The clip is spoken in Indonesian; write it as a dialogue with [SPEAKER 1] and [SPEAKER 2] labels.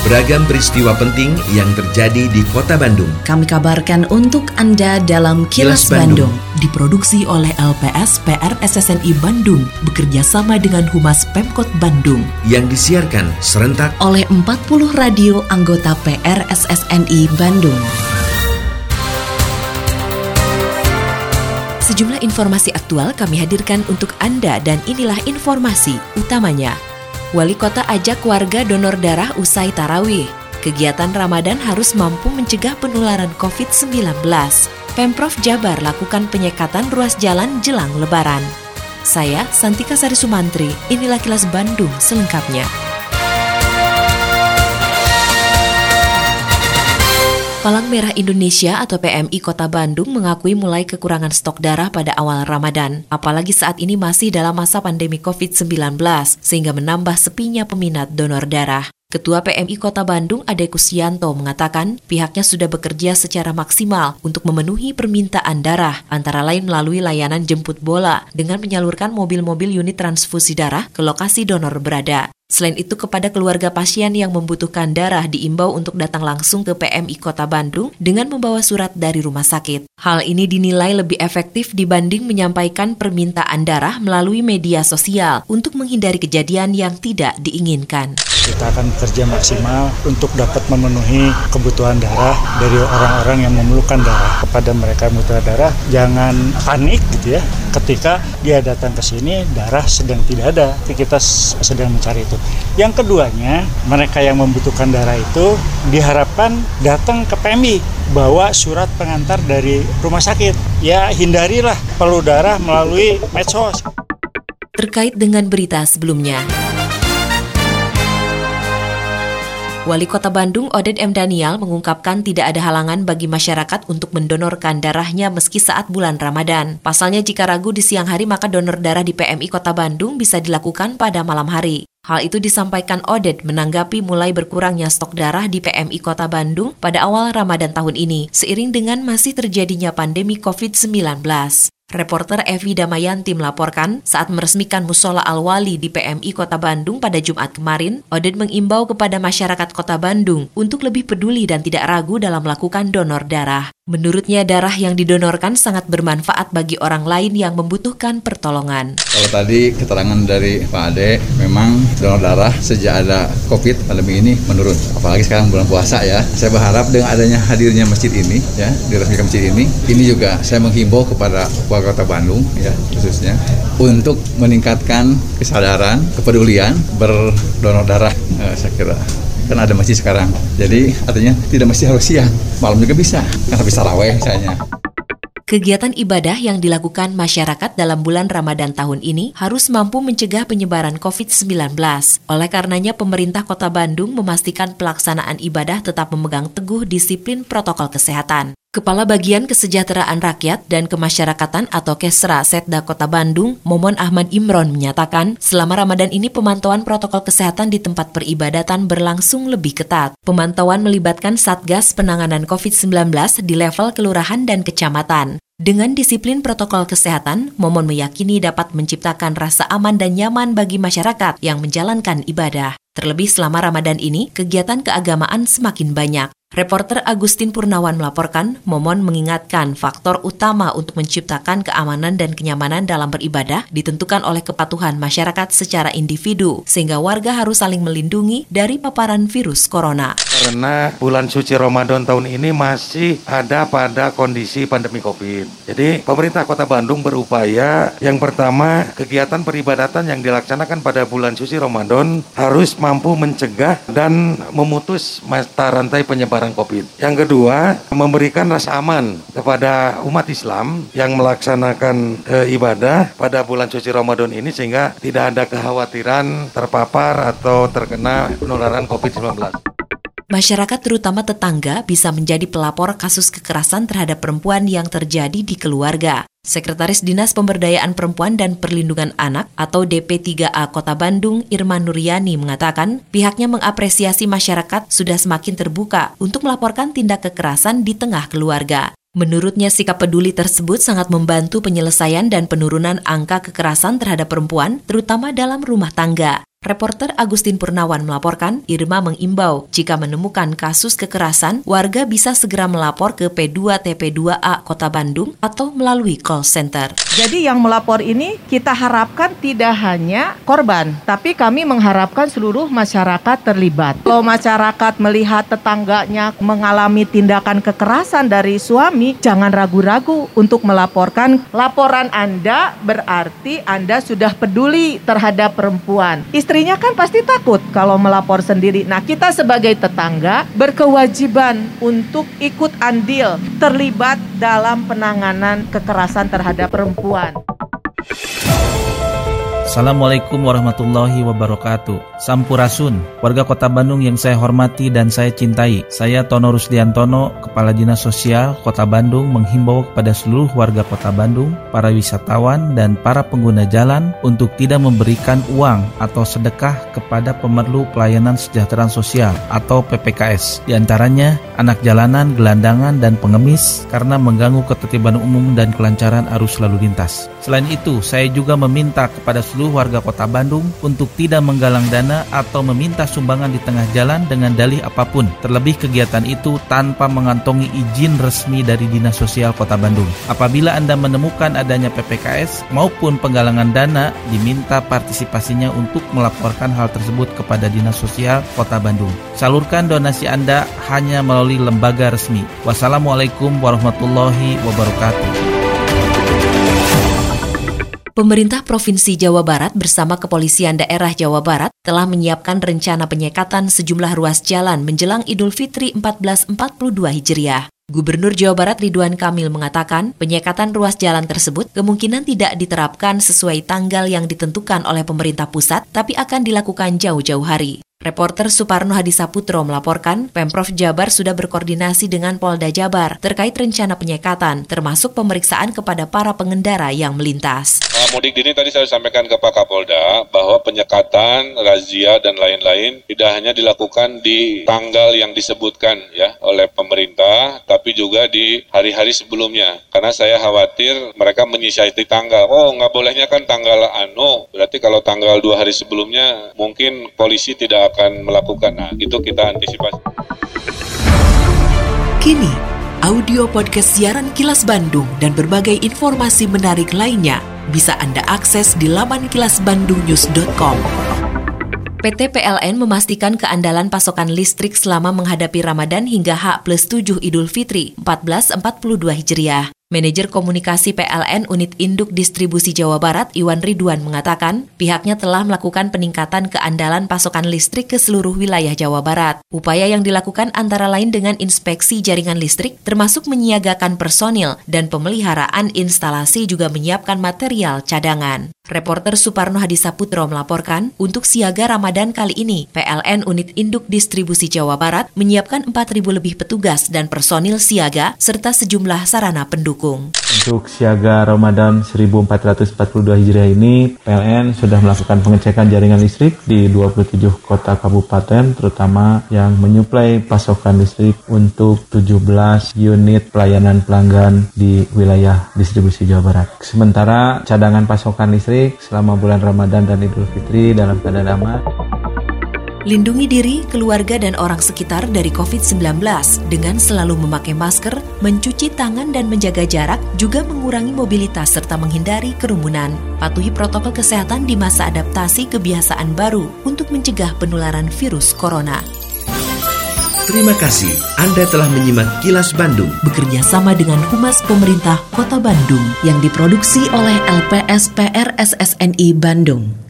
[SPEAKER 1] Beragam peristiwa penting yang terjadi di Kota Bandung
[SPEAKER 2] kami kabarkan untuk Anda dalam Kilas Bandung. Diproduksi oleh LPS PR SSNI Bandung bekerja sama dengan Humas Pemkot Bandung
[SPEAKER 1] yang disiarkan serentak
[SPEAKER 2] oleh 40 radio anggota PR SSNI Bandung. Sejumlah informasi aktual kami hadirkan untuk Anda dan inilah informasi utamanya. Wali Kota ajak warga donor darah usai tarawih. Kegiatan Ramadan harus mampu mencegah penularan COVID-19. Pemprov Jabar lakukan penyekatan ruas jalan jelang Lebaran. Saya, Santika Sari Sumantri, inilah Kilas Bandung selengkapnya. Palang Merah Indonesia atau PMI Kota Bandung mengakui mulai kekurangan stok darah pada awal Ramadan. Apalagi saat ini masih dalam masa pandemi COVID-19, sehingga menambah sepinya peminat donor darah. Ketua PMI Kota Bandung, Ade Kusyanto, mengatakan pihaknya sudah bekerja secara maksimal untuk memenuhi permintaan darah, antara lain melalui layanan jemput bola dengan menyalurkan mobil-mobil unit transfusi darah ke lokasi donor berada. Selain itu, kepada keluarga pasien yang membutuhkan darah diimbau untuk datang langsung ke PMI Kota Bandung dengan membawa surat dari rumah sakit. Hal ini dinilai lebih efektif dibanding menyampaikan permintaan darah melalui media sosial untuk menghindari kejadian yang tidak diinginkan.
[SPEAKER 3] Kita akan kerja maksimal untuk dapat memenuhi kebutuhan darah dari orang-orang yang memerlukan darah. Kepada mereka yang membutuhkan darah, jangan panik gitu ya. Ketika dia datang ke sini, darah sedang tidak ada. Kita sedang mencari itu. Yang keduanya, mereka yang membutuhkan darah itu diharapkan datang ke PMI, bawa surat pengantar dari rumah sakit. Ya, hindarilah perlu darah melalui medsos.
[SPEAKER 2] Terkait dengan berita sebelumnya, Wali Kota Bandung, Oded M. Daniel, mengungkapkan tidak ada halangan bagi masyarakat untuk mendonorkan darahnya meski saat bulan Ramadan. Pasalnya, jika ragu di siang hari, maka donor darah di PMI Kota Bandung bisa dilakukan pada malam hari. Hal itu disampaikan Oded menanggapi mulai berkurangnya stok darah di PMI Kota Bandung pada awal Ramadan tahun ini, seiring dengan masih terjadinya pandemi COVID-19. Reporter Evi Damayanti melaporkan saat meresmikan Musola Al-Wali di PMI Kota Bandung pada Jumat kemarin, Oded mengimbau kepada masyarakat Kota Bandung untuk lebih peduli dan tidak ragu dalam melakukan donor darah. Menurutnya, darah yang didonorkan sangat bermanfaat bagi orang lain yang membutuhkan pertolongan.
[SPEAKER 4] Kalau tadi keterangan dari Pak Ade, memang donor darah sejak ada COVID pandemi ini menurun. Apalagi sekarang bulan puasa ya. Saya berharap dengan adanya hadirnya masjid ini, ya, diresmikan masjid ini juga saya menghimbau kepada warga Kota Bandung, ya, khususnya untuk meningkatkan kesadaran, kepedulian berdonor darah. Saya kira. Kan ada masjid sekarang, jadi artinya tidak mesti harus siang, malam juga bisa, kan habis tarawih misalnya.
[SPEAKER 2] Kegiatan ibadah yang dilakukan masyarakat dalam bulan Ramadan tahun ini harus mampu mencegah penyebaran COVID-19. Oleh karenanya, pemerintah Kota Bandung memastikan pelaksanaan ibadah tetap memegang teguh disiplin protokol kesehatan. Kepala Bagian Kesejahteraan Rakyat dan Kemasyarakatan atau Kesra Setda Kota Bandung, Momon Ahmad Imron, menyatakan selama Ramadan ini pemantauan protokol kesehatan di tempat peribadatan berlangsung lebih ketat. Pemantauan melibatkan Satgas Penanganan COVID-19 di level kelurahan dan kecamatan. Dengan disiplin protokol kesehatan, Momon meyakini dapat menciptakan rasa aman dan nyaman bagi masyarakat yang menjalankan ibadah. Terlebih selama Ramadan ini, kegiatan keagamaan semakin banyak. Reporter Agustin Purnawan melaporkan, Momon mengingatkan faktor utama untuk menciptakan keamanan dan kenyamanan dalam beribadah ditentukan oleh kepatuhan masyarakat secara individu, sehingga warga harus saling melindungi dari paparan virus corona.
[SPEAKER 5] Karena bulan suci Ramadan tahun ini masih ada pada kondisi pandemi COVID. Jadi pemerintah Kota Bandung berupaya, yang pertama, kegiatan peribadatan yang dilaksanakan pada bulan suci Ramadan harus mampu mencegah dan memutus mata rantai penyebaran COVID. Yang kedua, memberikan rasa aman kepada umat Islam yang melaksanakan ibadah pada bulan suci Ramadan ini sehingga tidak ada kekhawatiran terpapar atau terkena penularan COVID-19.
[SPEAKER 2] Masyarakat terutama tetangga bisa menjadi pelapor kasus kekerasan terhadap perempuan yang terjadi di keluarga. Sekretaris Dinas Pemberdayaan Perempuan dan Perlindungan Anak atau DP3A Kota Bandung, Irma Nuryani, mengatakan pihaknya mengapresiasi masyarakat sudah semakin terbuka untuk melaporkan tindak kekerasan di tengah keluarga. Menurutnya, sikap peduli tersebut sangat membantu penyelesaian dan penurunan angka kekerasan terhadap perempuan, terutama dalam rumah tangga. Reporter Agustin Purnawan melaporkan, Irma mengimbau jika menemukan kasus kekerasan, warga bisa segera melapor ke P2TP2A Kota Bandung atau melalui call center.
[SPEAKER 6] Jadi yang melapor ini kita harapkan tidak hanya korban, tapi kami mengharapkan seluruh masyarakat terlibat. Kalau masyarakat melihat tetangganya mengalami tindakan kekerasan dari suami, jangan ragu-ragu untuk melaporkan. Laporan Anda berarti Anda sudah peduli terhadap perempuan. Istrinya kan pasti takut kalau melapor sendiri. Nah, kita sebagai tetangga berkewajiban untuk ikut andil terlibat dalam penanganan kekerasan terhadap perempuan.
[SPEAKER 7] Assalamualaikum warahmatullahi wabarakatuh. Sampurasun, warga Kota Bandung yang saya hormati dan saya cintai. Saya Tono Rusdiantono, Kepala Dinas Sosial Kota Bandung, menghimbau kepada seluruh warga Kota Bandung, para wisatawan dan para pengguna jalan untuk tidak memberikan uang atau sedekah kepada pemerlu pelayanan kesejahteraan sosial atau PPKS. Di antaranya anak jalanan, gelandangan, dan pengemis karena mengganggu ketertiban umum dan kelancaran arus lalu lintas. Selain itu, saya juga meminta kepada seluruh warga Kota Bandung untuk tidak menggalang dana atau meminta sumbangan di tengah jalan dengan dalih apapun, terlebih kegiatan itu tanpa mengantongi izin resmi dari Dinas Sosial Kota Bandung. Apabila Anda menemukan adanya PPKS maupun penggalangan dana, diminta partisipasinya untuk melaporkan hal tersebut kepada Dinas Sosial Kota Bandung. Salurkan donasi Anda hanya melalui lembaga resmi. Wassalamualaikum warahmatullahi wabarakatuh.
[SPEAKER 2] Pemerintah Provinsi Jawa Barat bersama Kepolisian Daerah Jawa Barat telah menyiapkan rencana penyekatan sejumlah ruas jalan menjelang Idul Fitri 1442 Hijriah. Gubernur Jawa Barat Ridwan Kamil mengatakan penyekatan ruas jalan tersebut kemungkinan tidak diterapkan sesuai tanggal yang ditentukan oleh pemerintah pusat, tapi akan dilakukan jauh-jauh hari. Reporter Suparno Hadisaputro melaporkan, Pemprov Jabar sudah berkoordinasi dengan Polda Jabar terkait rencana penyekatan, termasuk pemeriksaan kepada para pengendara yang melintas.
[SPEAKER 8] Mudik ini tadi saya sampaikan ke Pak Kapolda bahwa penyekatan, razia, dan lain-lain tidak hanya dilakukan di tanggal yang disebutkan ya oleh pemerintah, tapi juga di hari-hari sebelumnya. Karena saya khawatir mereka menyiasati tanggal. Oh, nggak bolehnya kan tanggal berarti kalau tanggal 2 hari sebelumnya mungkin polisi tidak akan melakukan. Nah, itu kita antisipasi.
[SPEAKER 2] Kini, audio podcast siaran Kilas Bandung dan berbagai informasi menarik lainnya bisa Anda akses di laman kilasbandungnews.com. PT PLN memastikan keandalan pasokan listrik selama menghadapi Ramadan hingga H+7 Idul Fitri 1442 Hijriah. Manajer Komunikasi PLN Unit Induk Distribusi Jawa Barat, Iwan Ridwan, mengatakan pihaknya telah melakukan peningkatan keandalan pasokan listrik ke seluruh wilayah Jawa Barat. Upaya yang dilakukan antara lain dengan inspeksi jaringan listrik, termasuk menyiagakan personil dan pemeliharaan instalasi juga menyiapkan material cadangan. Reporter Suparno Hadisaputro melaporkan, untuk siaga Ramadan kali ini, PLN Unit Induk Distribusi Jawa Barat menyiapkan 4.000 lebih petugas dan personil siaga serta sejumlah sarana pendukung.
[SPEAKER 9] Untuk siaga Ramadan 1442 Hijriah ini, PLN sudah melakukan pengecekan jaringan listrik di 27 kota kabupaten, terutama yang menyuplai pasokan listrik untuk 17 unit pelayanan pelanggan di wilayah distribusi Jawa Barat. Sementara cadangan pasokan listrik selama bulan Ramadan dan Idul Fitri dalam keadaan aman.
[SPEAKER 2] Lindungi diri, keluarga, dan orang sekitar dari COVID-19 dengan selalu memakai masker, mencuci tangan dan menjaga jarak, juga mengurangi mobilitas serta menghindari kerumunan. Patuhi protokol kesehatan di masa adaptasi kebiasaan baru untuk mencegah penularan virus corona.
[SPEAKER 1] Terima kasih Anda telah menyimak Kilas Bandung
[SPEAKER 2] Bekerja sama dengan Humas Pemerintah Kota Bandung yang diproduksi oleh LPSPR SSNI Bandung.